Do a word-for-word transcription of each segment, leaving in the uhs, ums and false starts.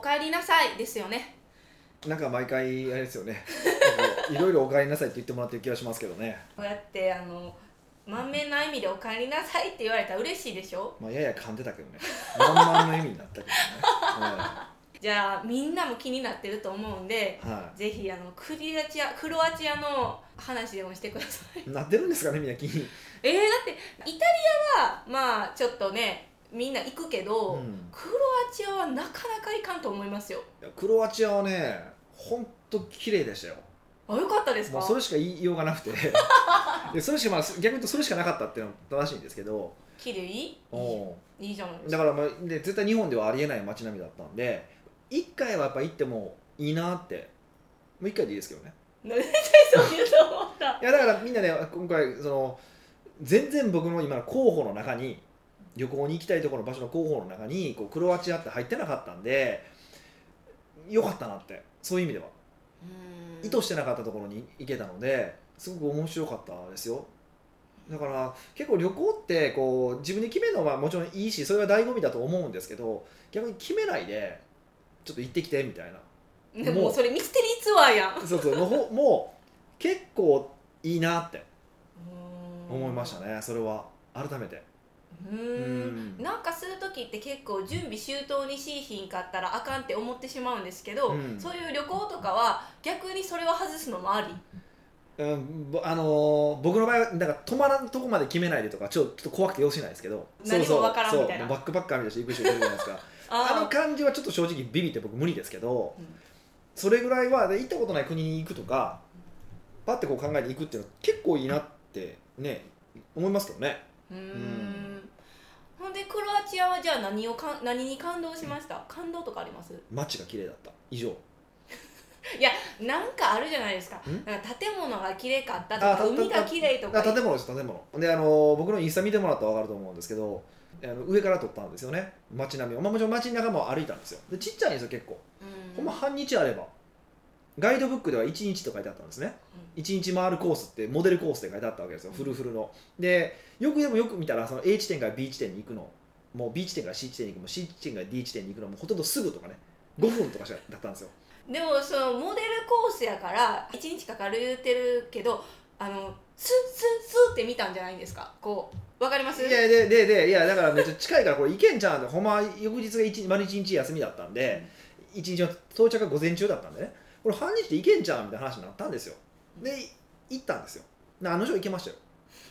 帰りなさいですよね。 なんか毎回あれですよねいろいろお帰りなさいって言ってもらってる気がしますけどね。 こうやってあの満面の笑みでお帰りなさいって言われたら嬉しいでしょ。 まあやや噛んでたけどね満々の意味になったけどね、はじゃあみんなも気になってると思うんで、 いはぜひあのクリアチアクロアチアの話でもしてくださいい、なってるんですかねみんな気に。 えー、だってイタリアはまあちょっとねみんな行くけど、 うん、 クロアチアはなかなか行かんと思いますよ。 いやクロアチアはねほんと綺麗でしたよ。 あ、よかったですか。 もうそれしか言いようがなくてでそれしか、まあ、逆に言うとそれしかなかったっていうのは正しいんですけど、 綺麗いいおいいじゃないですか。 だから、まあ、で絶対日本ではありえない街並みだったんで一回はやっぱ行ってもいいなって。もう一回でいいですけどね。 なんでそう言うと思ったいやだからみんなね今回その全然僕の今の候補の中に旅行に行きたいところの場所の候補の中にこうクロアチアって入ってなかったんでよかったなって。そういう意味ではうーん意図してなかったところに行けたのですごく面白かったですよ。だから結構旅行ってこう自分で決めるのはもちろんいいしそれは醍醐味だと思うんですけど逆に決めないでちょっと行ってきてみたいなでももうそれミステリーツアーやん。 そうそうのほもう結構いいなってうーん思いましたね。それは改めてうーんうんなんかする時って結構準備周到にしいひんかったらあかんって思ってしまうんですけど、 うんそういう旅行とかは逆にそれを外すのもあり。 うんぼあのー僕の場合はなんか泊まらんとこまで決めないでとかちょっとちょっと怖くてよろしないですけど何もわからんみたいなそうそうそうバックパッカーみたいな人行く人いるじゃないですかあのあ感じはちょっと正直ビビって僕無理ですけど、 うんそれぐらいはで行ったことない国に行くとかパッてこう考えていくっていうのは結構いいなってね思いますけどね。 うーんんほんでクロアチアはじゃあ何をか何に感動しました？感動とかあります？ 街が綺麗だった以上。 いやなんかあるじゃないですか。 んなんか建物が綺麗かったとあたか海が綺麗とか。 あ建物です建物であの僕のインスタ見てもらったら分かると思うんですけどあの上から撮ったんですよね街並みを、まあ、もちろん街の中も歩いたんですよ。でちっちゃいんですよ結構、 うんほんま半日あればガイドブックではいちにちと書いてあったんですね。いちにち回るコースってモデルコースで書いてあったわけですよ、フルフルの。でよくでもよく見たらその A 地点から B 地点に行くのもう B 地点から C 地点に行くのも C 地点から D 地点に行くのもほとんどすぐとかねごふんとかしかだったんですよ。 でもそのモデルコースやからいちにちかかる言うてるけどあのスッスッスッって見たんじゃないんですか。こうわかります？ いやでででいやだからめっちゃ近いからこれ行けんちゃうんでほんま翌日が一日丸一日休みだったんで、一日の到着が午前中だったんでねこれ半日で行けんちゃうみたいな話になったんですよ。で行ったんですよ。であの女行けましたよ。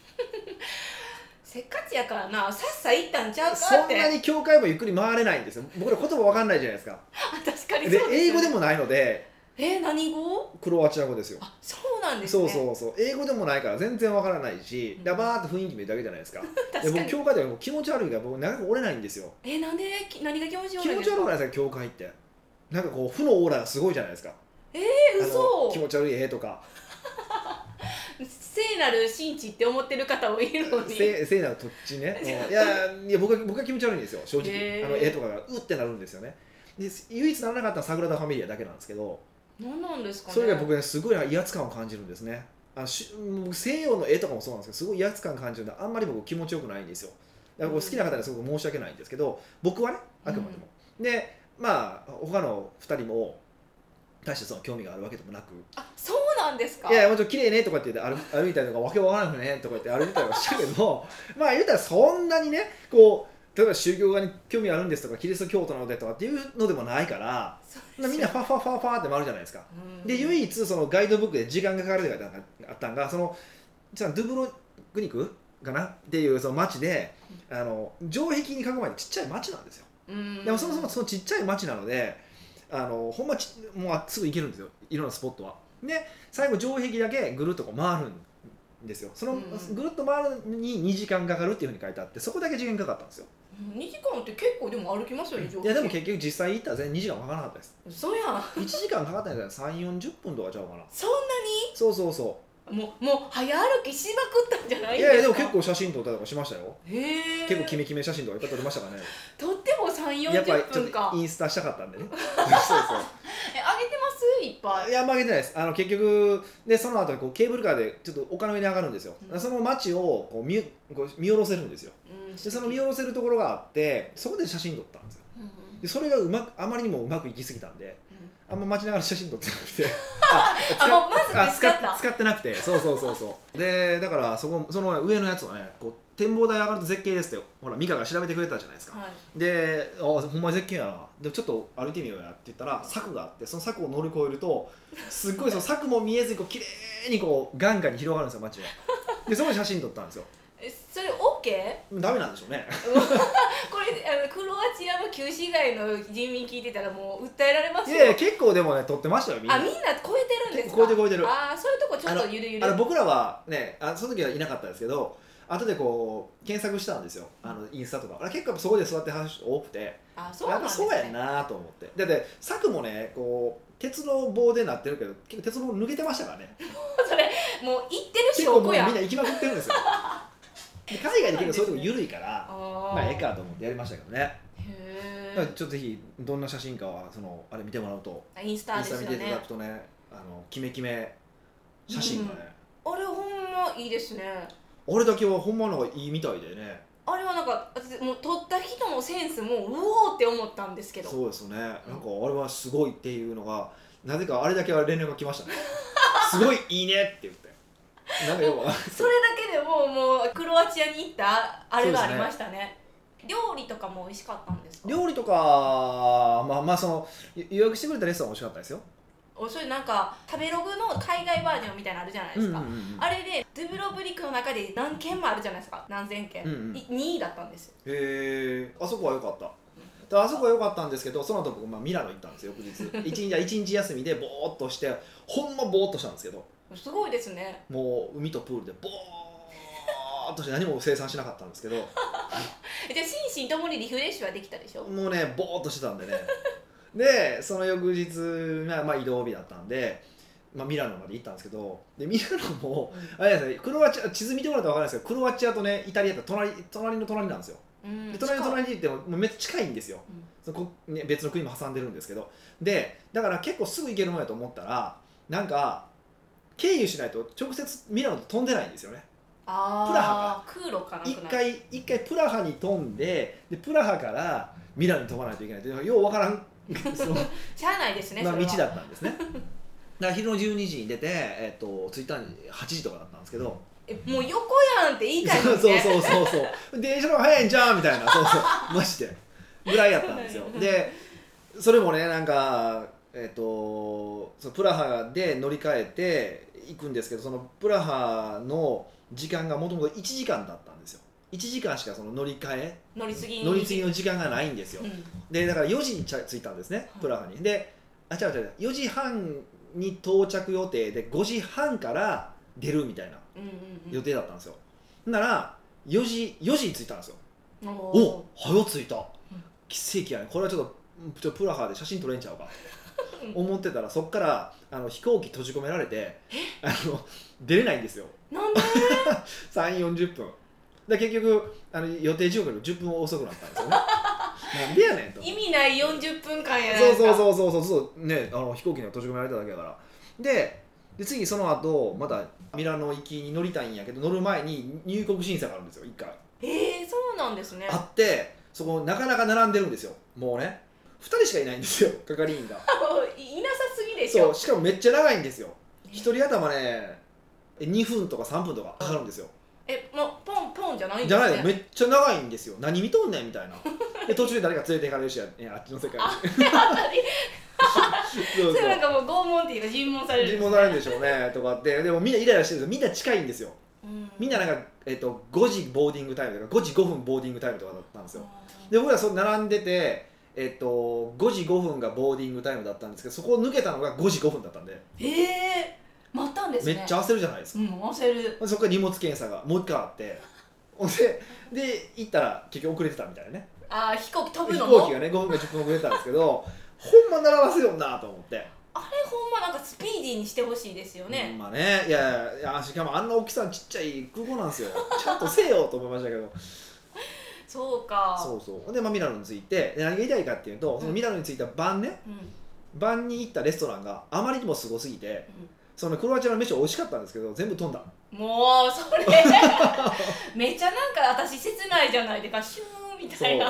せっかちやからなさっさ行ったんちゃうかって。 そんなに教会もゆっくり回れないんですよ。僕ら言葉わかんないじゃないですか。 あ確かにそうでですよね。 英語でもないのでえー、何語？ クロアチア語ですよ。 あそうなんですね。 そうそうそう英語でもないから全然わからないし、 うんでバーって雰囲気見るだけじゃないですか。で僕確かに。 教会ではもう気持ち悪いから僕長く折れないんですよ。 えなんでき何が気持ち悪気持ちいんですか？ 悪くないですか教会って。なんかこう負のオーラがすごいじゃないですか。 えー、 あの嘘気持ち悪い絵とか聖なる神地って思ってる方もいるのに。 聖聖なる土地ね。うんいやいや僕は僕は気持ち悪いんですよ正直。 へーあの絵とかがうってなるんですよね。で唯一ならなかったのはサグラダ・ファミリアだけなんですけど、 何なんですかね。 それが僕ねすごい威圧感を感じるんですね。あのし僕西洋の絵とかもそうなんですけどすごい威圧感感じるんであんまり僕気持ちよくないんですよ。だからこう好きな方にはすごく申し訳ないんですけど僕はねあくまでも。でまあ他のふたりも大してその興味があるわけでもなくあそうなんですか。 いやいやもちろん綺麗ねとかって言って歩歩いたりとかわけわからなくねとか言って歩いたりはしたけどまあ言うたらそんなにねこう例えば宗教画に興味あるんですとかキリスト教徒なのでとかっていうのでもないからそうですよみんなファファファファって回るじゃないですか。 うんで唯一そのガイドブックで時間がかかるって書いてあったのがその実はドゥブログニクかなっていうその町であの城壁に囲まれてちっちゃい町なんですよ。 うんでもそもそもそのちっちゃい町なのであのほんまちもうすぐ行けるんですよいろんなスポットは。で最後城壁だけぐるっとこう回るんですよ。その、 うんぐるっと回るのににじかんかかるっていうふうに書いてあってそこだけ時間かかったんですよ。 にじかんって結構でも歩きますよね。 いやでも結局実際行ったら全然にじかんかからなかったです。 嘘やん。 いちじかんかかったんじゃないさんじゅうよんじゅっぷんとかちゃうかな。 そんなそうそうそにもうもう早歩きしまくったんじゃなう。 いんですか。 いやいやでも結構写真撮ったりとかしましたよ。 へえ結構キメキメ写真とかいっぱい撮りましたからね。 とってもさんじゅうよんじゅっやっぱりちょっぷんかとインスタしたかったんでね。そうそう。 えあげてますいっぱい。 いや、曲げてないです。あの結局でその後こうケーブルカーでちょっと丘の上に上がるんですよ。 うんその街をこう見こう見下ろせるんですよ。 うんでその見下ろせるところがあってそこで写真撮ったんですよ。 うんでそれがうまくあまりにもうまくいきすぎたんで、あんま待ちながら写真撮ってなくてあもうまず見つかった使っ使ってなくて、そうそうそうそうでだからそこその上のやつはね、こう展望台上がると絶景ですってほら美香が調べてくれたじゃないですか、 はい、 であほんまに絶景やな、でちょっと歩いてみようやって言ったら柵があって、その柵を乗り越えるとすっごいその柵も見えずにこう綺麗にこう眼下に広がるんですよ街は。でそこで写真撮ったんですよ。 えそれ OK？ ダメなんでしょうねこれあのクロアチアの旧市街の人民聞いてたらもう訴えられますよ。 いやいや結構でもね撮ってましたよみんな。 あみんな超えてるんですか？ 超えてる超えてる。 ああそういうとこちょっとゆるゆる。 あの僕らはねあその時はいなかったですけど、後でこう検索したんですよ、あのインスタとか。あれ結構そこで座ってる人多くて、 あそうなんですね、 やっぱそうやんなと思って。だって柵もねこう鉄の棒でなってるけど結構鉄の棒抜けてましたからねそれもう行ってる結構もうみん証拠やん。 な行きまくってるんですよで海外で結構そういうとこ緩いからあまあええかと思ってやりましたけどね。 へだからちょっとぜひどんな写真かはそのあれ見てもらうと、 えインスタインスタですよね。 見ていただくとね、あのキメキメ写真がね、 あれほんまいいですね。 あれだけはほんまのがいいみたいでね。 あれはなんか私もう撮った人のセンスもうおーって思ったんですけど。 そうですよね、なんかあれはすごいっていうのがなぜかあれだけは連絡が来ましたねすごいいいねって言ってなんか要はそれだけでもうもうクロアチアに行ったあれがありましたね。料理とかも美味しかったんですか？ 料理とかまあまあその予約してくれたレストラン美味しかったですよ。 おそれなんか食べログの海外バージョンみたいなのあるじゃないですか、 うんうんうんうん、 あれでドゥブロブリクの中で何軒もあるじゃないですか、何千軒、 うんうん、 いにいだったんですよ。 へえ、あそこは良かった。だあそこは良かったんですけど、その後僕、まあ、ミラノ行ったんですよ翌日一日一日休みでボーっとしてほんまボーっとしたんですけど、 すごいですね。 もう海とプールでボーっとして何も生産しなかったんですけどじゃあ心身ともにリフレッシュはできたでしょ？ もうねボーっとしてたんでねでその翌日、まあ、まあ移動日だったんで、まあ、ミラノまで行ったんですけど、でミラノも、うん、あれですね、クロアチア地図見てもらったら分かるんですけど、クロアチアとねイタリアって隣隣の隣なんですよ、うん、で隣の隣に行ってももうめっちゃ近いんですよ、うん、そこね、別の国も挟んでるんですけど、でだから結構すぐ行けるもんやと思ったらなんか経由しないと直接ミラノと飛んでないんですよね。 あプラハが空路かな一回一回プラハに飛んで、でプラハからミラノに飛ばないといけないってよう分からんそのしゃあないですね、 まあ、道だったんですね。だから昼のじゅうにじに出て、えっと、着いたのはちじとかだったんですけど、 えもう横やんって言いたいもんね。 そうそうそうそう電車の方が早いんじゃんみたいな、そうそうマジでぐらいやったんですよ。でそれもねなんか、えっと、そのプラハで乗り換えて行くんですけど、そのプラハの時間がもともといちじかんだったんですよ。いちじかんしかその乗り換え乗り継ぎ乗り継ぎの時間がないんですよ、うん、でだからよじに着いたんですね、プラハに。であ違う違うよじはんに到着予定でごじはんから出るみたいな予定だったんですよ、うんうんうん、ならよじよじに着いたんですよ。おお早着いた、奇跡やね、これはちょっとちょっとプラハで写真撮れんちゃうか思ってたら、そっからあの飛行機閉じ込められてあの出れないんですよ。 なんでさんじゅうよんじゅっぷんで結局あの予定時刻よりじゅっぷん遅くなったんですよねなんでやねんと。 意味ないよんじゅっぷんかんやないですか。そうそうそうそうそうね、あの飛行機には閉じ込められただけだから。でで次その後またミラノ行きに乗りたいんやけど、乗る前に入国審査があるんですよいっかい。 えー、そうなんですね。 あってそこなかなか並んでるんですよ。もうねふたりしかいないんですよ係員がいなさすぎでしょ。 そうしかもめっちゃ長いんですよ。ひとり頭ねにふんとかさんぷんとかかかるんですよ。 えもうポンポンじゃないんですね。じゃないの、めっちゃ長いんですよ。何見とんねんみたいな。で途中で誰か連れて行かれるし、あっちの世界に。 あそうそれなんかもう拷問っていうか尋問される、 ね、尋問されるんでしょうねとかって。でもみんなイライラしてるんですよ。みんな近いんですよ。 うん、 みんななんか、えー、とごじボーディングタイムとかごじごふんボーディングタイムとかだったんですよ。で僕らそ並んでて、えー、とごじごふんがボーディングタイムだったんですけど、そこを抜けたのがごじごふんだったんで。 へえ待ったんですね。 めっちゃ焦るじゃないですか。 うん焦る。 そこから荷物検査がもう一回あって、でで行ったら結局遅れてたみたいなね。 あ飛行機飛ぶのも飛行機がねごふんかじゅっぷん遅れてたんですけどほんま並ばせよんなと思って。 あれほんまなんかスピーディーにしてほしいですよね。 うん、まあねいやいやしかもあんな大きさのちっちゃい空港なんですよちゃんとせよと思いましたけどそうか。 そうそうで、まあ、ミラノに着いて、で何が言いたいかっていうと、うん、そのミラノに着いた晩ね、うん、晩に行ったレストランがあまりにもすごすぎて、うん、そのクロアチアの飯美味しかったんですけど全部飛んだ。 もうそれめっちゃなんか私切ないじゃないですかシューみたいな。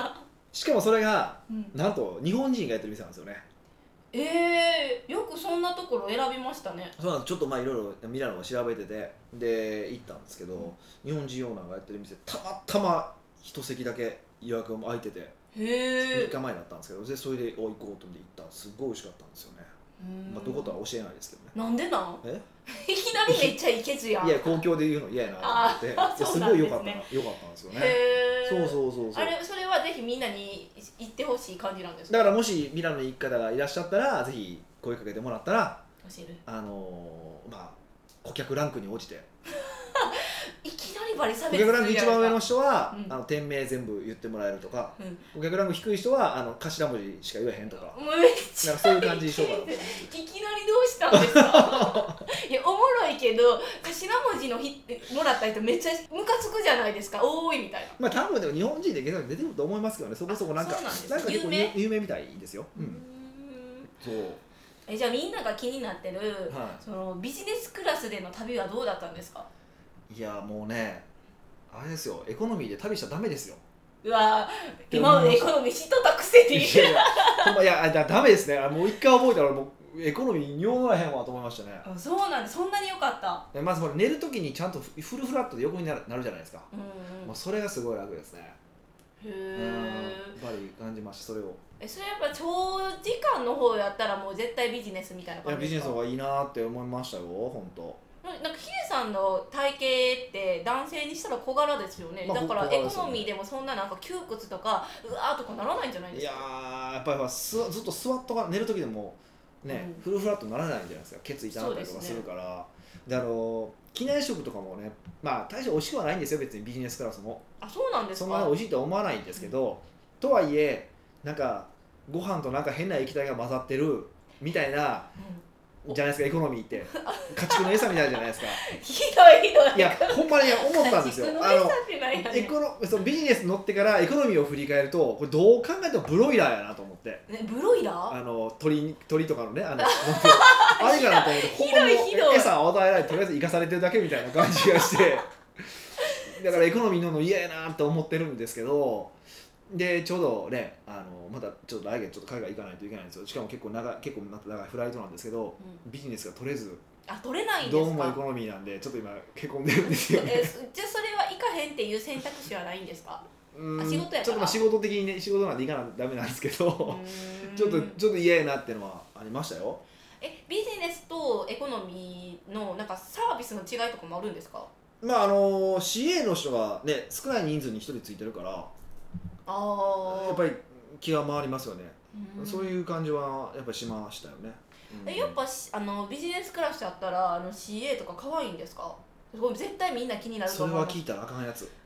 しかもそれがうんなんと日本人がやってる店なんですよね。 えー、よくそんなところ選びましたね。 そうなんです。ちょっとまあいろいろミラノを調べててで行ったんですけど、日本人オーナーがやってる店たまたま一席だけ予約が空いててへみえっかまえだったんですけど、でそれでお行こうと思って行ったらすっごい美味しかったんですよね。まあ、どことは教えないですけどね。 なんでなんえいきなりめっちゃいけずやん。 いや公共で言うの嫌やなと思ってあーですそうなんですねごい良かったな良かったんですよね。 へーそうそうそうそう。 あれそれはぜひみんなに行ってほしい感じなんですか。 だからもしミラノに行く方がいらっしゃったらぜひ声かけてもらったら、 教える。 あのー、まあ顧客ランクに応じていきなりバリ差顧別客ランク一番上の人、 人は、 うんあの店名全部言ってもらえるとか、 うん、 顧客ランク低い人はあの頭文字しか言えへんとか、 もうめっちゃなんかそういう感じにしようかなといきなりどうしたんですかいやおもろいけど頭文字のひもらった人めっちゃムカつくじゃないですか。多いみたいな。 まあ多分でも日本人で出てると思いますけどね、そこそこなんかそうなんですなんか結構有名有名みたいですよ。う、 うんんそうえじゃあみんなが気になってる、 はそのビジネスクラスでの旅はどうだったんですか。 い。いやもうねあれですよ、エコノミーで旅しちゃダメですよ。 うわ今までエコノミー知っとったくせにいやいやほんまいやだダメですね。あもう一回覚えたらもうエコノミーにおもらへんわと思いましたね。 あそうなんです。そんなに良かった。 でまずこれ寝るときにちゃんとフルフラットで横になるなるじゃないですか。 うんうんもうそれがすごい楽ですね。 へうんやえっぱり感じましたそれを。 えそれやっぱ長時間の方やったらもう絶対ビジネスみたいないや感じですか。 ビジネスの方がいいなって思いましたよ本当。 なんかヒデさんの体型って男性にしたら小柄ですよね、 まあだから小柄ですよねエコノミーでもそんななんか窮屈とかうわーとかならないんじゃないですいやか。 ーやっぱりすずっと座っとか寝る時でもね、 うんフルフラットにならないじゃないですか。ケツ痛なったりとかするからで、あの機内食とかもねまあ大して美味しくはないんですよ別にビジネスクラスもあそうなんですか。 そんなに美味しいとは思わないんですけど、とはいえなんかご飯となんか変な液体が混ざってるみたいなうんじゃないですかエコノミーって家畜の餌みたいじゃないですか。 ひどいひどい。 いやほんまに思ったんですよ。 家畜のあの餌ってないやねエコノそのビジネス乗ってからエコノミーを振り返るとこれどう考えてもブロイラーやなと思って、 ねブロイラーあの鳥鳥とかのねあのあれかなと思ってひどいひどい餌を与えられてとりあえず生かされてるだけみたいな感じがしてだからエコノミー乗るの嫌やなって思ってるんですけど、でちょうどねあのまたちょっと来月ちょっと海外行かないといけないんですよ。しかも結構長い結構また長いフライトなんですけど、 うんビジネスが取れずあ取れないんですどか。 うもエコノミーなんでちょっと今へこんでるんですよね。 えじゃあそれは行かへんっていう選択肢はないんですか。 うんあ仕事やからちょっとまあ仕事的にね仕事なんで行かないとダメなんですけどうーんちょっとちょっと嫌やなっていうのはありましたよ。 えビジネスとエコノミーのなんかサービスの違いとかもあるんですか。 まああの シーエー の人がね少ない人数にひとりついてるからああやっぱり気が回りますよね。 うんそういう感じはやっぱりしましたよね。うんえやっぱしあのビジネスクラスやったらあの シーエー とか可愛いんですか。これ絶対みんな気になるとそれ思う。聞いは聞いたらあかんやつ。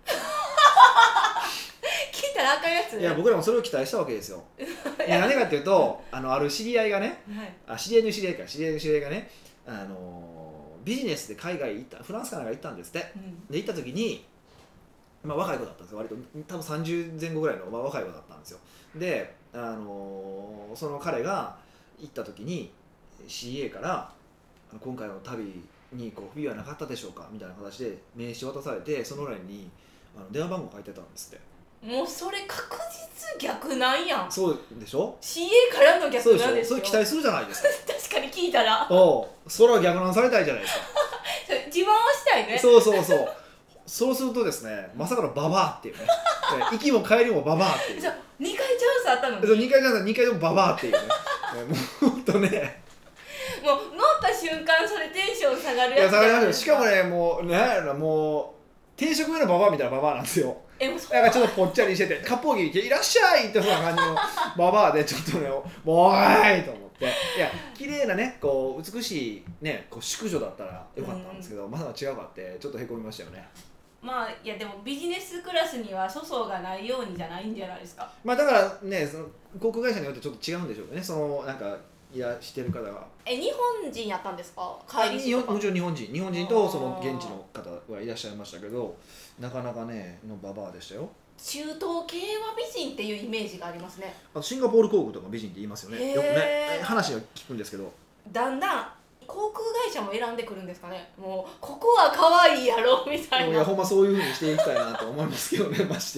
たらあかんやつ。 いや僕らもそれを期待したわけですよ。いや何かっていうとあのある知り合いがねはいあ知り合いの知り合いか知り合いの知り合いがねあのビジネスで海外行ったフランスかなんか行ったんですって。 うんで行った時に、まあ、若い子だったんですよ。割と多分さんじゅうぜん後ぐらいの、まあ、若い子だったんですよ。で、あのーその彼が行った時に シーエー からあの今回の旅にこう不備はなかったでしょうかみたいな形で名刺渡されてその裏にあの電話番号書いてたんですって。 もうそれ確実逆なんやん。 そうでしょ。 シーエー からのそうでしょ。 逆なんですよ。 それ期待するじゃないですか。 確かに聞いたらおうそれは逆難されたいじゃないですか。 自慢はしたいね。 そうそうそう。そうするとですねまさかのババアっていうね行きも帰りもババアっていう。 じゃあにかいチャンスあったのにそうにかいじゃなくてにかいでもババアっていうねもうほんとねもう乗った瞬間それテンション下がるいややつ下がりますよ。しかもねねもうなんやろなもう定食用のババアみたいなババアなんですよ。 えもうそうなんかちょっとぽっちゃりしてて割烹着着ていらっしゃいってそんな感じのババアでちょっとねもうおーいと思っていや綺麗なねこう美しいねこう淑女だったらよかったんですけど、まさか違うかってちょっとへこみましたよね。 まあいやでもビジネスクラスには粗相がないようにじゃないんじゃないですか。 まあだからねその航空会社によってちょっと違うんでしょうねそのなんかいらしてる方が。 え日本人やったんですか帰りしとか。 日本もちろん日本人日本人とあーその現地の方はいらっしゃいましたけどなかなかねのババアでしたよ。 中東系は美人っていうイメージがありますね。 あとシンガポール航空とか美人って言いますよねへーよくね話は聞くんですけどだんだん航空会社も選んでくるんですかね。もうここは可愛いやろみたいな。 いやほんまそういうふうにしていきたいなと思いますけどねまして。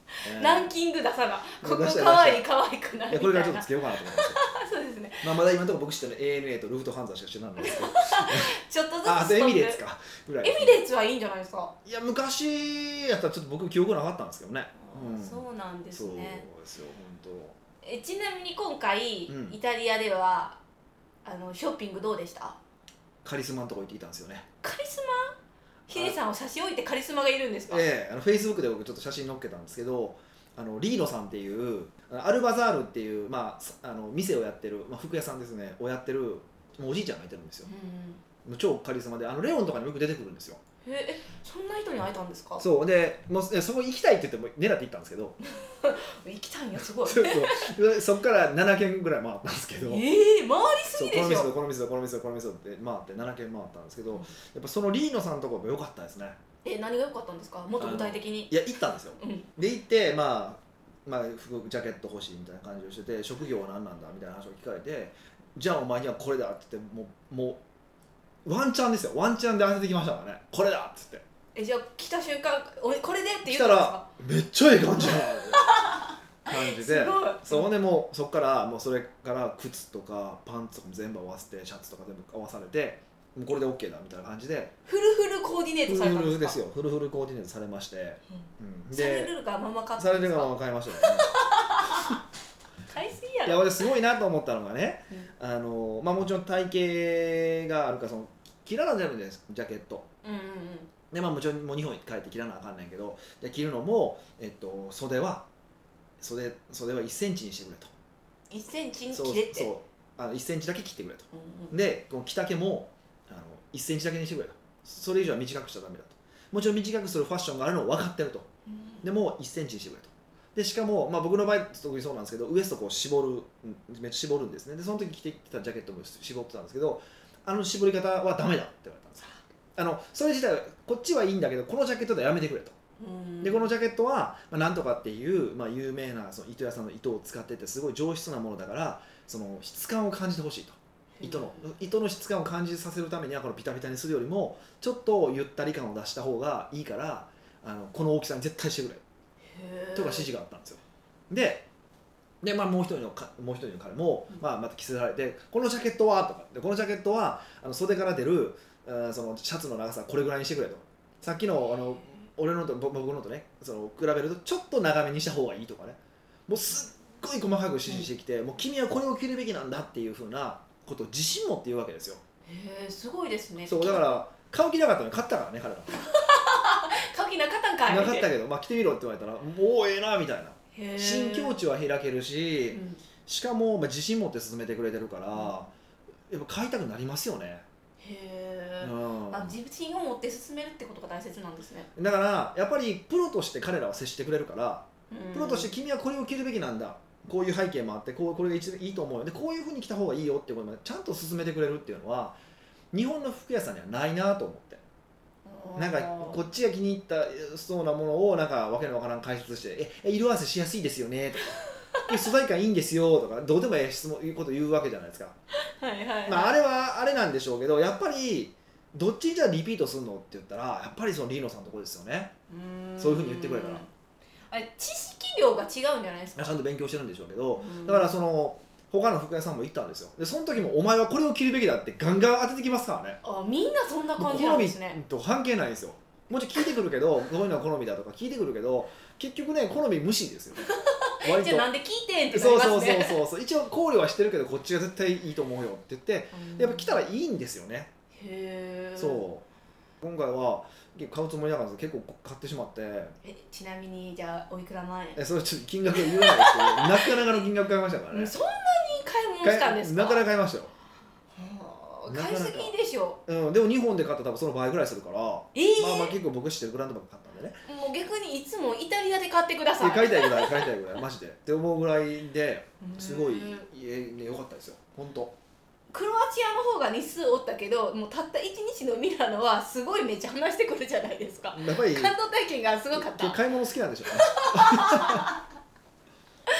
えーランキング出さなここ出したいかわいいかわいくないいやこれからちょっとつけようかなと思いますよそうですねまあまだ今のところ僕知ってる エーエヌエー とルフトハンザしか知らないんですけどちょっとずつああとエミレーツかぐらいですね、 エミレーツはいいんじゃないですか。 いや昔やったらちょっと僕記憶なかったんですけどね、うん、 そうなんですそうね。 ですよ本えちなみに今回、 うんイタリアではあのショッピングどうでした？ 当カリスマのとこ行ってきたんですよね。 カリスマ？ヒデさんを差し置いてカリスマがいるんですか？ ええあのフェイスブックで僕ちょっと写真載っけたんですけど、あのリーノさんっていうアルバザールっていう、まあ、あの店をやってる、まあ、服屋さんですねをやってるもうおじいちゃんがいてるんですよ。 うんもう超カリスマであのレオンとかにもよく出てくるんですよ。 ええそんな人に会えたんですか？ そうでもうえそこ行きたいって言っても狙って行ったんですけど行きたいんやすごいそうそうでそこからななけんぐらい回ったんですけど、 ええ回りすそうぎでしょ。 この店とこの店とこの店とこの店とって回ってななけん回ったんですけど、やっぱそのリーノさんのところが良かったですね。 え何が良かったんですか？もっと具体的に。 いや行ったんですよ。 うんで行ってまあまあ、服ジャケット欲しいみたいな感じをしてて、職業は何なんだみたいな話を聞かれて、じゃあお前にはこれだって言ってもうもうワンチャンですよ、ワンチャンで当ててきましたからね、これだっつってえじゃあ来た瞬間おこれでって言来たったんですからめっちゃええ感じやな感じですごいそうほんでもうそこからもうそれから靴とかパンツとかも全部合わせてシャツとか全部合わされてもうこれで OK だみたいな感じでフルフルコーディネーフルトされたんですか？ フルですよ、フルフルコーディネートされまして、うん、 されでるがまま買ったされんですか？ るがまま買いましたよね買いすぎやいやろ。 俺すごいなと思ったのがね、 うんあのまあ、もちろん体型があるからその着らな全部ですジャケットうんうんうんで、まあ、もちろんもう日本に帰って着らなあかんねんけどで着るのも、えっと、袖は袖袖はいっセンチにしてくれといっセンチにそう切れてそうあのいっセンチだけ切ってくれとうんうんでこの着丈もあのいっセンチだけにしてくれとそれ以上は短くしちゃダメだともちろん短くするファッションがあるのを分かってるとうんでもいっセンチにしてくれとでしかも、まあ、僕の場合特にそうなんですけどウエストこう絞るうんめっちゃ絞るんですねでその時着てきたジャケットも絞ってたんですけどあの絞り方はダメだって言われたんですよあのそれ自体はこっちはいいんだけどこのジャケットではやめてくれとうんでこのジャケットは、まあ、なんとかっていう、まあ、有名なその糸屋さんの糸を使っててすごい上質なものだからその質感を感じてほしいと糸の糸の質感を感じさせるためにはこのピタピタにするよりもちょっとゆったり感を出した方がいいからあのこの大きさに絶対してくれへーとか指示があったんですよでで、まあ、もう一人のかもう一人の彼も、 うんまあ、また着せられてこのジャケットはとかでこのジャケットはあの袖から出るあーそのシャツの長さこれぐらいにしてくれとさっきのあの俺のとぼ僕のとねその比べるとちょっと長めにした方がいいとかねもうすっごい細かく指示してきて、もう君はこれを着るべきなんだっていうふうなことを自信持って言うわけですよへえすごいですね。 そうだから買う気なかったのに買ったからね彼ら買う気なかったんかい。 なかったけど、まあ、着てみろって言われたらもうええなみたいなへー新境地は開けるし、 うんしかも、まあ、自信持って進めてくれてるから、やっぱ買いたくなりますよね、 へえ、 うん、 あ自信を持って進めるってことが大切なんですね。 だからやっぱりプロとして彼らは接してくれるからうんプロとして君はこれを着るべきなんだこういう背景もあってこうこれが一番いいと思うよでこういうふうに着た方がいいよっていうことまでちゃんと進めてくれるっていうのは日本の服屋さんにはないなと思ってなんかこっちが気に入ったそうなものをなんかわけのわからん解説して「え色合わせしやすいですよね」とか「え素材感いいんですよ」とかどうでもええ質問いうこと言うわけじゃないですか、 はいはいはい、 まあ、あれはあれなんでしょうけどやっぱりどっちにじゃあリピートするのって言ったらやっぱりそのリーノさんのところですよねうーんそういうふうに言ってくれたらあれ知識量が違うんじゃないですか。 ちゃんと勉強してるんでしょうけどうんだからその他の服屋さんも行ったんですよでその時もお前はこれを着るべきだってガンガン当ててきますからねあみんなそんな感じなん好みですね。 と関係ないんですよもちろん聞いてくるけどこういうのは好みだとか聞いてくるけど結局ね好み無視ですよね割とじゃあなんで聞いてんってなりそうますね。 そうそうそうそう一応考慮はしてるけどこっちが絶対いいと思うよって言ってうんやっぱ来たらいいんですよねへえ。 そう今回は結構買うつもりなかったんですけど結構買ってしまってえちなみにじゃあおいくら万円？ えそれちょっと金額言えないですけどなかなかの金額買いましたからねうんそんなに買い物したんですか？ なかなか買いましたよ、 はあなかなか買いすぎでしょ。 うん、でも日本で買ったら多分その倍ぐらいするからえーまあまあ結構僕知ってるブランドばっか買ったんでねもう逆にいつもイタリアで買ってください。 で買いたいぐらい買いたいぐらいマジでって思うぐらいですごいうん家ね良かったですよ本当クロアチアの方が日数おったけどもうたったいちにちのミラノはすごいめっちゃ話してくるじゃないですか。 やっぱり感動体験がすごかった。 買い物好きなんでしょうねそう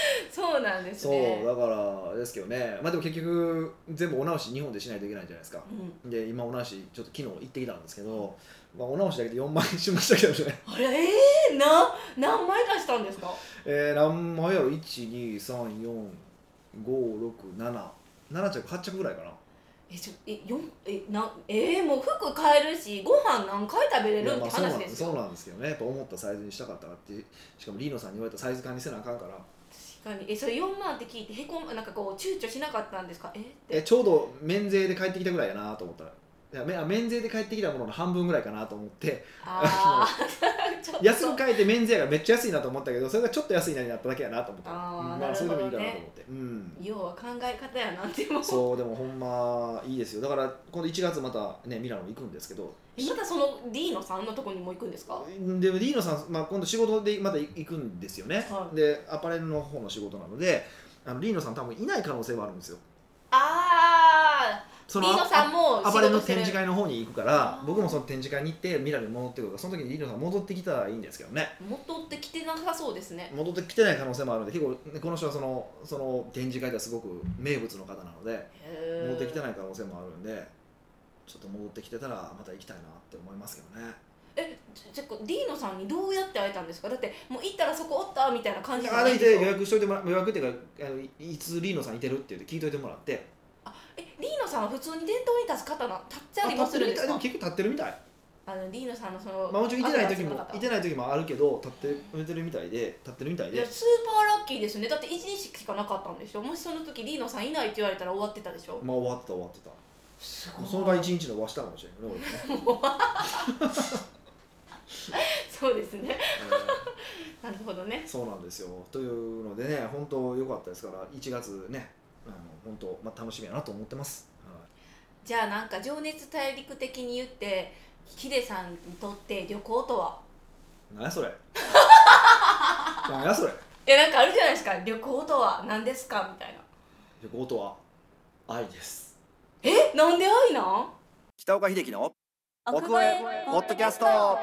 そうなんですそうね。 だからですけどね、まあでも結局全部お直し日本でしないといけないじゃないですか。 うん、 で今お直しちょっと昨日行ってきたんですけど、まあ、お直しだけでよんまん円しましたけどねあれえー、な何枚出したんですか？ えー、何枚やろ、いちにさんよんごろくなななな着はち着ぐらいかな。 えちょえよんえなえー、もう服買えるしご飯何回食べれいやるってまあそうなん話ですよ。 そうなんですけどね、やっぱ思ったサイズにしたかったらって、しかもリーノさんに言われたサイズ感にせなあかんから、 確かにえそれよんまんって聞いてへこむなんかこう躊躇しなかったんですか？えってえちょうど免税で帰ってきたぐらいやなと思ったら、いやめあ免税で帰ってきたものの半分ぐらいかなと思ってあーちょっと安く買えて免税がめっちゃ安いなと思ったけど、それがちょっと安いなになっただけやなと思ってあーうんまあそれでもいいかななるほどねと思って、うん要は考え方やなってもそうでもほんまいいですよ。だから今度いちがつまたねミラノ行くんですけど、 えまたそのディーノさんのとこにも行くんですか？ でもリーノさん、まあ、今度仕事でまた行くんですよね、 はいでアパレルの方の仕事なので、あのリーノさん多分いない可能性はあるんですよ。 あそのリーノさんもアパレルの仕事してる展示会の方に行くからあー僕もその展示会に行ってミラノに戻ってくるから、その時にリーノさん戻ってきたらいいんですけどね。 戻ってきてなさそうですね。 戻ってきてない可能性もあるので、結構ねこの人はそのその展示会ではすごく名物の方なので戻ってきてない可能性もあるんで、ちょっと戻ってきてたらまた行きたいなって思いますけどね。 えじゃあディーノさんにどうやって会えたんですか？だってもう行ったらそこおったみたいな感じじゃない歩いて予んですか？ 約しといてもら予約っていうか、あのいいつリーノさんいてるって言って聞いといてもらって、 あえリーノさんは普通に店頭に立つ方な立っちゃりもするんですか？ あ立ってるみたいでも結構立ってるみたい。 あのディーノさんのその、 まあもちろんいてない時もあいてない時もあるけど立って立ってるみたいで立ってるみたいで。 いやスーパーラッキーですね。だっていちにちしかなかったんでしょ。もしその時リーノさんいないって言われたら終わってたでしょ。 まあ終わってた終わってた。 すごいその場合一日伸ばしたかもしれないね俺ね。 そうですね。 えなるほどねー。そうなんですよ。というのでね、本当良かったですからいちがつね、あの本当まあ楽しみやなと思ってます。はじゃあなんか情熱大陸的に言ってヒデさんにとって旅行とは？ い。何やそれ。何やそれ。 いやなんかあるじゃないですか。旅行とは何ですかみたいな。 旅行とは愛です。 えなんで愛なん？ 北岡秀樹の奥越えポッドキャスト。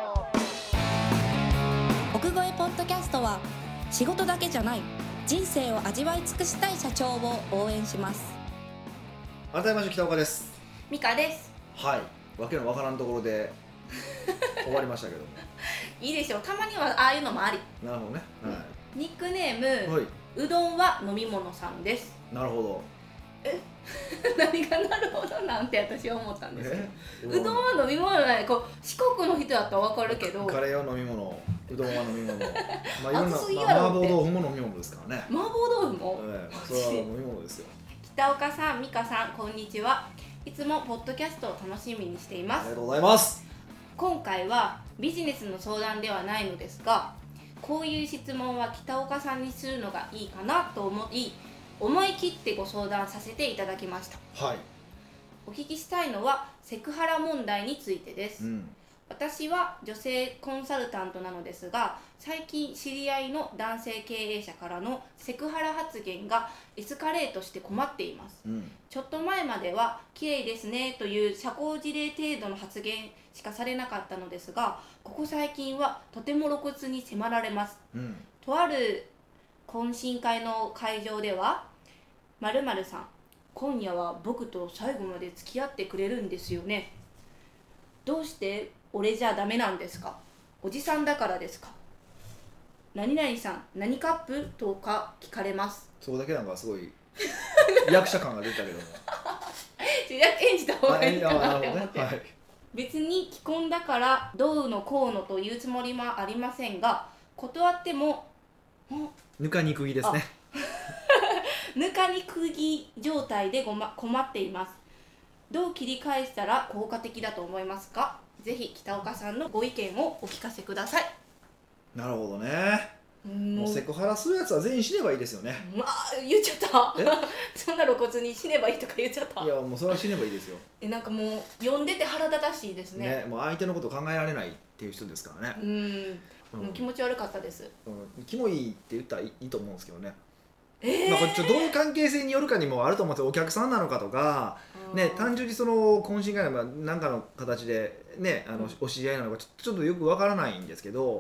奥越えポッドキャストは仕事だけじゃない人生を味わい尽くしたい社長を応援します。 改めまして北岡です。 ミカです。 はい。わけのわからんところで終わりましたけども。 いいでしょう。たまにはああいうのもあり。 なるほどね。はニックネーい。 ム、 はい。 うどんは飲み物さんです。 なるほど。 何がなるほどなんて私は思ったんですけど、 えうどんは飲み物ないこう四国の人だったら分かるけどカレーは飲み物、うどんは飲み物、まあいろんな、 熱すぎまあ、麻婆やろって豆腐も飲み物ですからね。 麻婆豆腐も、 ええ、それは飲み物ですよ。 北岡さん、美香さん、こんにちは。いつもポッドキャストを楽しみにしています。 ありがとうございます。 今回はビジネスの相談ではないのですが、こういう質問は北岡さんにするのがいいかなと思い思い切ってご相談させていただきました。 はい。 お聞きしたいのはセクハラ問題についてです。 うん。 私は女性コンサルタントなのですが、最近知り合いの男性経営者からのセクハラ発言がエスカレートして困っています。 うん。 ちょっと前までは綺麗ですねという社交辞令程度の発言しかされなかったのですが、ここ最近はとても露骨に迫られます。 うん。 とある懇親会の会場では、〇〇さん、今夜は僕と最後まで付き合ってくれるんですよね。どうして俺じゃダメなんですか？おじさんだからですか？何々さん、何カップとか聞かれます。 そこだけなんかすごい役者感が出たけども。 演じた方がいいかなって思って、 はい。 別に既婚だからどうのこうのというつもりもありませんが、断ってもぬかにくぎですね。 ぬかに釘状態でご、ま、困っています。どう切り返したら効果的だと思いますか？ぜひ北岡さんのご意見をお聞かせください。 なるほどね。ももうセクハラするやつは全員死ねばいいですよね。 まあ言っちゃったえそんな露骨に死ねばいいとか言っちゃったいやもうそれは死ねばいいですよ。 えなんかもう読んでて腹立たしいですね。 ね、もう相手のことを考えられないっていう人ですからね。 うん、 うんもう気持ち悪かったです。 うん、キモいって言ったらいいと思うんですけどね。 えーまあ、これちょっとどういう関係性によるかにもあると思うんですよ。お客さんなのかとか、ね、単純にその懇親会の何かの形で、ね、あのうんお知り合いなのかちょちょっとよくわからないんですけど、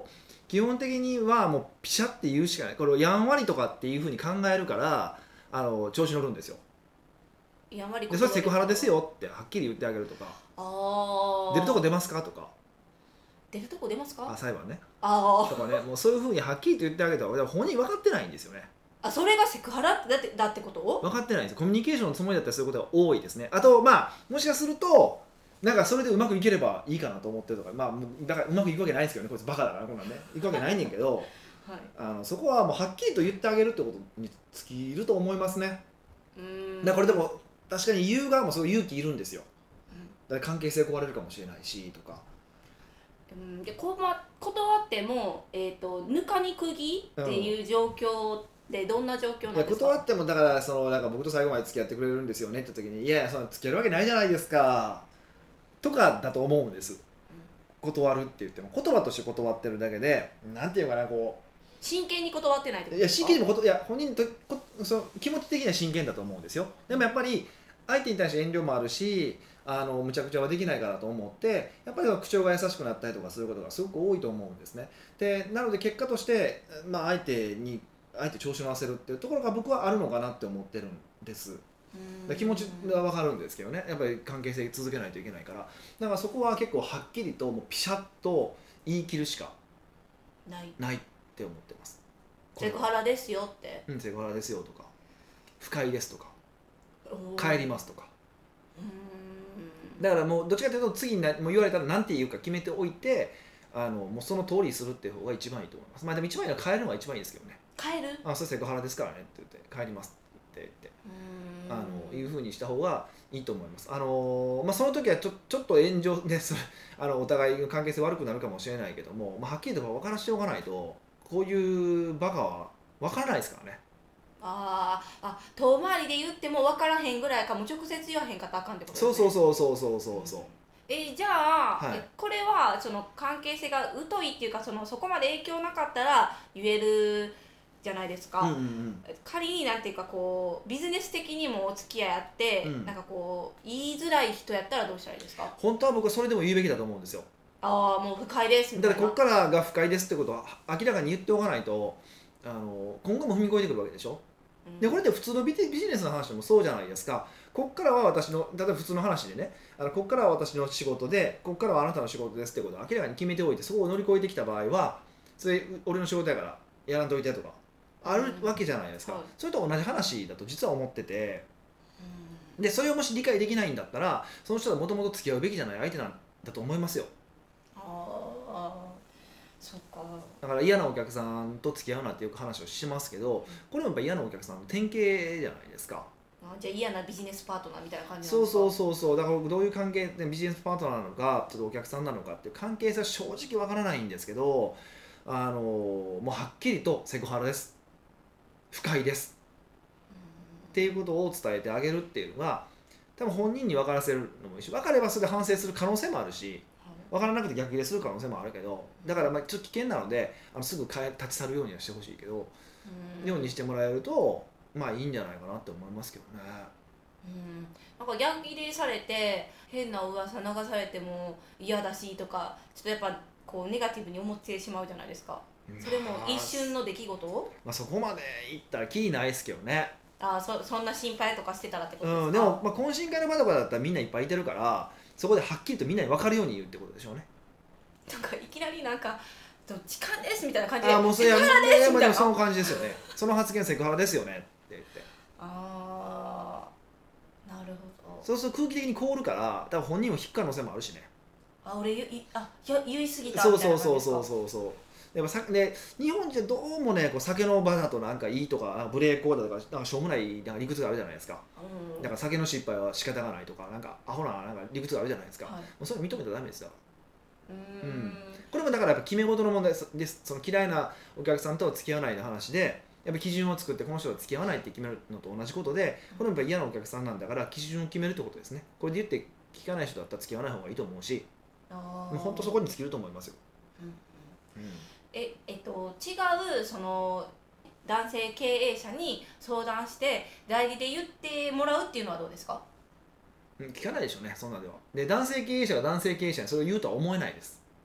基本的にはもうピシャって言うしかない。これをやんわりとかっていうふうに考えるからあの調子乗るんですよ。 やんわりでそれセクハラですよってはっきり言ってあげるとか、 あ出るとこ出ますかとか、 出るとこ出ますかあ裁判ねあとかね、もうそういうふうにはっきりと言ってあげたら本人分かってないんですよね。 あそれがセクハラってだってだってこと分かってないんですよ。コミュニケーションのつもりだったらそういうことが多いですね。あとまあもしかするとなんかそれでうまくいければいいかなと思ってるとか、まあだからうまくいくわけないんですけどね、こいつバカだからこんなんねいくわけないねんけどはいあのそこはもうはっきりと言ってあげるってことに尽きると思いますね。 うーんだからこれでも確かに言う側もすごい勇気いるんですよ。 うんだから関係性壊れるかもしれないしとか。 うんでこま断っても、えー、とぬかに釘っていう状況ってどんな状況なんいやですか？ 断ってもだからそのなんか僕と最後まで付き合ってくれるんですよねって時にいやいやその付き合えるわけないじゃないですかとかだと思うんです。断るって言っても言葉として断ってるだけでなんていうかなこ真剣に断ってないってういやことですか？ 真剣にもこといや本人とこその気持ち的には真剣だと思うんですよ。でもやっぱり相手に対して遠慮もあるしあのむちゃくちゃはできないからと思ってやっぱりその口調が優しくなったりとかすることがすごく多いと思うんですね。でなので結果として、まあ、相手に相手調子乗らせるっていうところが僕はあるのかなって思ってるんです。で気持ちは分かるんですけどねやっぱり関係性続けないといけないからだからそこは結構はっきりともうピシャッと言い切るしかないないって思ってます。 セクハラですよって、 うんセクハラですよとか不快ですとかおー帰りますとかうーんだからもうどっちかというと次になもう言われたら何て言うか決めておいてあのもうその通りにするっていう方が一番いいと思います。まあでも一番いいのは帰るのが一番いいですけどね。 帰るあそれセクハラですからねって言って帰りますって言ってうーんあのいうふうにした方がいいと思います。あのまあ、その時はちょちょっと炎上でそれあのお互いの関係性悪くなるかもしれないけども、まあ、はっきりと分からしておかないとこういうバカは分からないですからね。 あーあ遠回りで言っても分からへんぐらいかもう直接言わへんかったらあかんってことですね。 そうそうそうそうそうそうそう。 えじゃあ、 はいえこれはその関係性が疎いっていうかそのそこまで影響なかったら言えるじゃないですか、 うんうんうん仮になんていうかこうビジネス的にもお付き合いあって、 うんなんかこう言いづらい人やったらどうしたらいいですか？ 本当は僕はそれでも言うべきだと思うんですよ。 ああもう不快ですみたいな。 だからここからが不快ですってことは明らかに言っておかないとあの今後も踏み越えてくるわけでしょ。 うんでこれって普通のビジビジネスの話でもそうじゃないですか。ここからは私の例えば普通の話でねあのここからは私の仕事でここからはあなたの仕事ですってことを明らかに決めておいてそこを乗り越えてきた場合はそれ俺の仕事やからやらんといてとかあるわけじゃないですか、 うんはいそれと同じ話だと実は思っててうんでそれをもし理解できないんだったらその人はもともと付き合うべきじゃない相手なんだと思いますよ。 ああそっか。 だから嫌なお客さんと付き合うなっていう話をしますけどこれもやっぱ嫌なお客さんの典型じゃないですか。 あじゃあ嫌なビジネスパートナーみたいな感じなんそうですか？ そうそうそうだからどういう関係でビジネスパートナーなのかちょっとお客さんなのかっていう関係性は正直わからないんですけどあのもうはっきりとセクハラです不快ですっていうことを伝えてあげるっていうのが多分本人に分からせるのもいいし分かればそれで反省する可能性もあるし分からなくて逆ギレする可能性もあるけどだからまあちょっと危険なのであのすぐ帰立ち去るようにはしてほしいけどうんようにしてもらえるとまあいいんじゃないかなって思いますけどね。 うんなんか逆ギレされて変な噂流されても嫌だしとかちょっとやっぱこうネガティブに思ってしまうじゃないですか。それも一瞬の出来事をまあ、そこまでいったらきりないですけどね。 あそそんな心配とかしてたらってことですか？ うん、でも、まあ、懇親会の場とかだったらみんないっぱいいてるからそこではっきりとみんなに分かるように言うってことでしょうね。 なんかいきなりなんか「どっちかです」みたいな感じでああもうそれセクハラですみたいな。 でもその感じですよね。その発言セクハラですよねって言ってああなるほど。 そうすると空気的に凍るから多分本人も引っか可能性もあるしね。 あ俺ゆいあや言い過ぎたそうみたいそうそうな感じですか？ そうそうそうやっぱさで日本人どうもねこう酒の場だとなんかいいとかブレーコーだとかなんかしょうもないなんか理屈があるじゃないですか。 うんだから酒の失敗は仕方がないとかなんかアホななんか理屈があるじゃないですか、 はいもうそれ認めたらダメですよ。 うーんこれもだからやっぱ決め事の問題です。その嫌いなお客さんとは付き合わないの話でやっぱ基準を作ってこの人は付き合わないって決めるのと同じことでこれもやっぱ嫌なお客さんなんだから基準を決めるってことですね。これで言って聞かない人だったら付き合わない方がいいと思うしあもう本当そこに尽きると思いますよ。 うんうんええっと違うその男性経営者に相談して代理で言ってもらうっていうのはどうですか？ うん聞かないでしょうねそんなんでは。で男性経営者が男性経営者にそれを言うとは思えないです。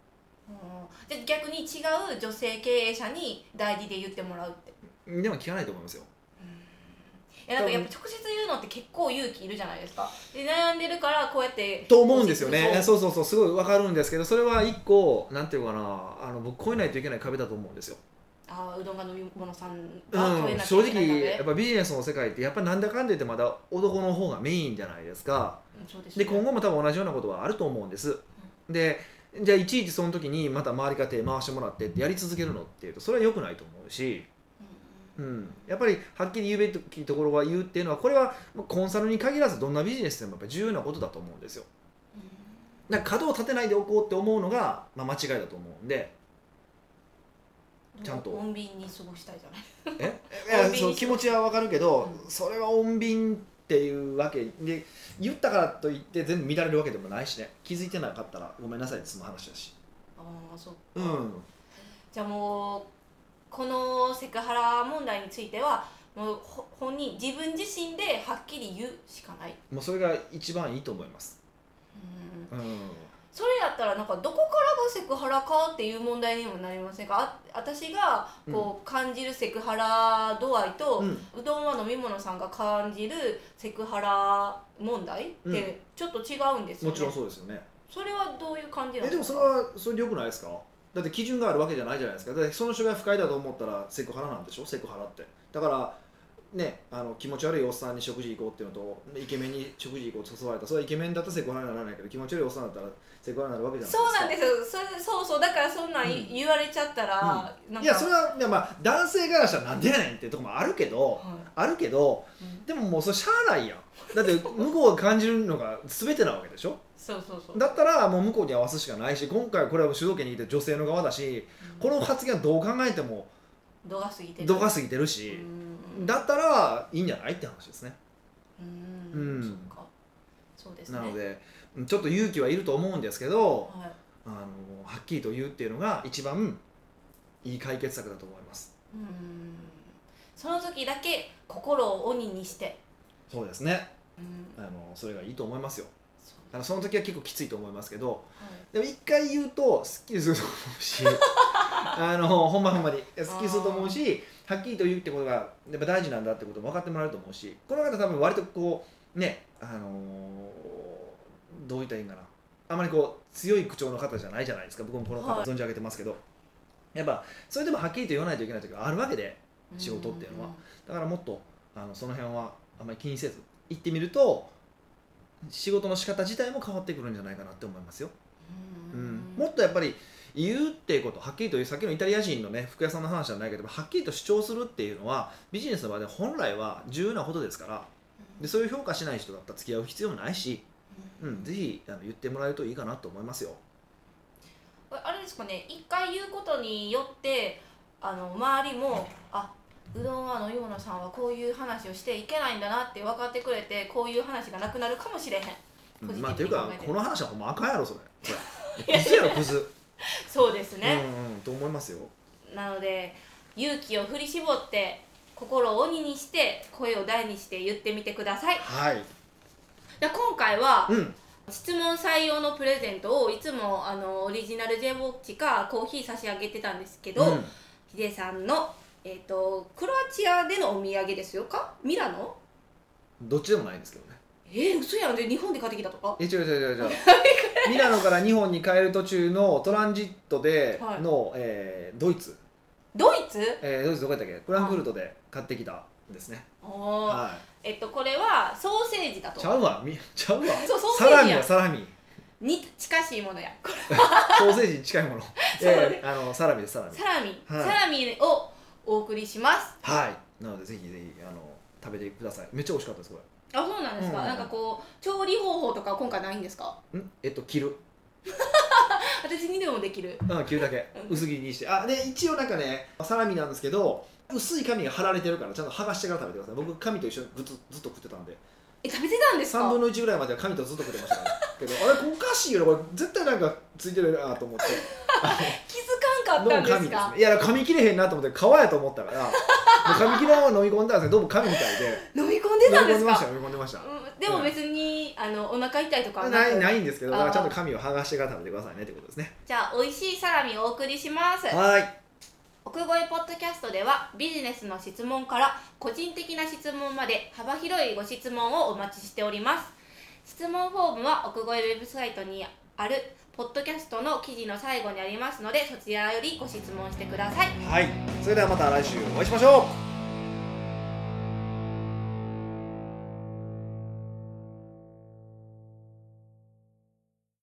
じゃあ逆に違う女性経営者に代理で言ってもらうって。 でも聞かないと思いますよ。 いやなんかやっぱ直接言うのって結構勇気いるじゃないですか。で悩んでるからこうやってと思うんですよね。そうそうそう、すごい分かるんですけど、それは一個なんていうかな、あの僕超えないといけない壁だと思うんですよ。 ああ、うどんが飲み物さんが超えなきゃいけない、うん、正直やっぱビジネスの世界ってやっぱなんだかんだ言ってまだ男の方がメインじゃないですか。うん、そうですね。で今後も多分同じようなことはあると思うんです。うん、でじゃあいちいちその時にまた周りから手回してもらってってやり続けるのっていうとそれは良くないと思うし。うん、やっぱりはっきり言うべきところは言うっていうのはこれはコンサルに限らずどんなビジネスでもやっぱり重要なことだと思うんですよ。だから角を立てないでおこうって思うのが、まあ、間違いだと思うんでちゃんと穏便に過ごしたいじゃないえいやそう気持ちは分かるけど、うん、それは穏便っていうわけで言ったからといって全部乱れるわけでもないしね。気づいてなかったらごめんなさいって済む話だし。 ああそっか、 うん、 じゃあもうこのセクハラ問題についてはもう本人自分自身ではっきり言うしかない。もうそれが一番いいと思います。 うん、うん、それやったらなんかどこからがセクハラかっていう問題にもなりませんか。あ私がこう感じるセクハラ度合いと、うん、うどんは飲み物さんが感じるセクハラ問題ってちょっと違うんですよね。 もちろんそうですよね。 それはどういう感じなんですか。えでもそれはそれでよくないですか。だって基準があるわけじゃないじゃないですか。だってその人が不快だと思ったらセクハラなんでしょ。セクハラってだからね、あの気持ち悪いおっさんに食事行こうっていうのとイケメンに食事行こうと誘われたそれはイケメンだったらセクハラにならないけど気持ち悪いおっさんだったらセクハラになるわけじゃないですか。 そうなんですよ。それそうそうだからそんなん、うん、言われちゃったら、 うん、なんかいやそれは、ねまあ、男性からしたらなんでやねんっていうところもあるけど、はい、あるけど、うん、でももうそれしゃあないやん。だって向こうが感じるのが全てなわけでしょ。 そうそうそう。 だったらもう向こうに合わすしかないし、今回これは主導権にいて女性の側だし、うん、この発言はどう考えても度が過ぎてる度が過ぎてるし、だったらいいんじゃないって話ですね。 うん、うん、そっかそうですね。 なのでちょっと勇気はいると思うんですけど、はい、あのはっきりと言うっていうのが一番いい解決策だと思います。 うん、その時だけ心を鬼にして。 そうですね、うん、あのそれがいいと思いますよ。あのその時は結構きついと思いますけど、はい、でも一回言うとすっきりすると思うしあのほんまほんまにすっきりすると思うし、はっきりと言うってことがやっぱ大事なんだってことも分かってもらえると思うし、この方多分割とこうね、あのー、どう言ったらいいんかな、あまりこう強い口調の方じゃないじゃないですか。僕もこの方存じ上げてますけど、はい、やっぱそれでもはっきりと言わないといけない時があるわけで、仕事っていうのは。だからもっとあのその辺はあまり気にせず言ってみると仕事の仕方自体も変わってくるんじゃないかなって思いますよ。うん、もっとやっぱり言うっていうこと、はっきりと言う、さっきのイタリア人のね服屋さんの話じゃないけど、はっきりと主張するっていうのはビジネスの場で本来は重要なことですから、でそういう評価しない人だったら付き合う必要もないし、うん、ぜひあの言ってもらえるといいかなと思いますよ。 あれですかね、一回言うことによってあの周りもあうどんはのようなさんはこういう話をしていけないんだなって分かってくれて、こういう話がなくなるかもしれへん。 うん、まあというかこの話はほんまあかんやろそれ。クズやろクズ。 そうですね。 うん、うん、と思いますよ。 なので勇気を振り絞って心を鬼にして声を大にして言ってみてください。 はい。 で今回は、うん、質問採用のプレゼントをいつもあのオリジナル J ウォッチかコーヒー差し上げてたんですけど、うん、ヒデさんのえー、とクロアチアでのお土産ですよかミラノどっちでもないんですけどね。 えー、嘘やん。で日本で買ってきたとか。 え違う違う違う違うミラノから日本に帰る途中のトランジットでの、はい、えー、ドイツドイツ、 えー、ドイツどこやったっけ、フランクフルトで買ってきたんですね。 はい、えっとこれはソーセージだと。 ちゃうわちゃうわそうソーセージサラミやサラミに近しいものやソーセージに近いものえー、あのサラミですサラミサラミ、 はい、 サラミをお送りします。 はい。なのでぜひぜひあの食べてください。めっちゃ美味しかったですこれ。あ、そうなんですか。うん、なんかこう調理方法とか今回ないんですか。 んえっと切る私にでもできる。 うん、切るだけ薄切りにして。あで一応なんかねサラミなんですけど薄い紙が貼られてるからちゃんと剥がしてから食べてください。僕紙と一緒にずっとずっと食ってたんで。 え食べてたんですか。 さんぶんのいちぐらいまでは紙とずっと食ってましたからけどあれおかしいよこれ絶対なんかついてるなと思って気づかんかったんですか。 どうも紙ですね。いや噛み切れへんなと思って皮やと思ったからもう噛み切れを飲み込んだんですけどどうも紙みたいで飲み込んでたんですか。 飲み込んでました飲み込んでました。 うん、ででも別にあのお腹痛いとかはないくないんですけど、だからあーちゃんと紙を剥がしてから食べてくださいねってことですね。 じゃあ美味しいサラミをお送りします。 はい奥越ポッドキャストではビジネスの質問から個人的な質問まで幅広いご質問をお待ちしております。質問フォームは奥越ウェブサイトにあるポッドキャストの記事の最後にありますので、そちらよりご質問してください。 はい、それではまた来週お会いしましょう。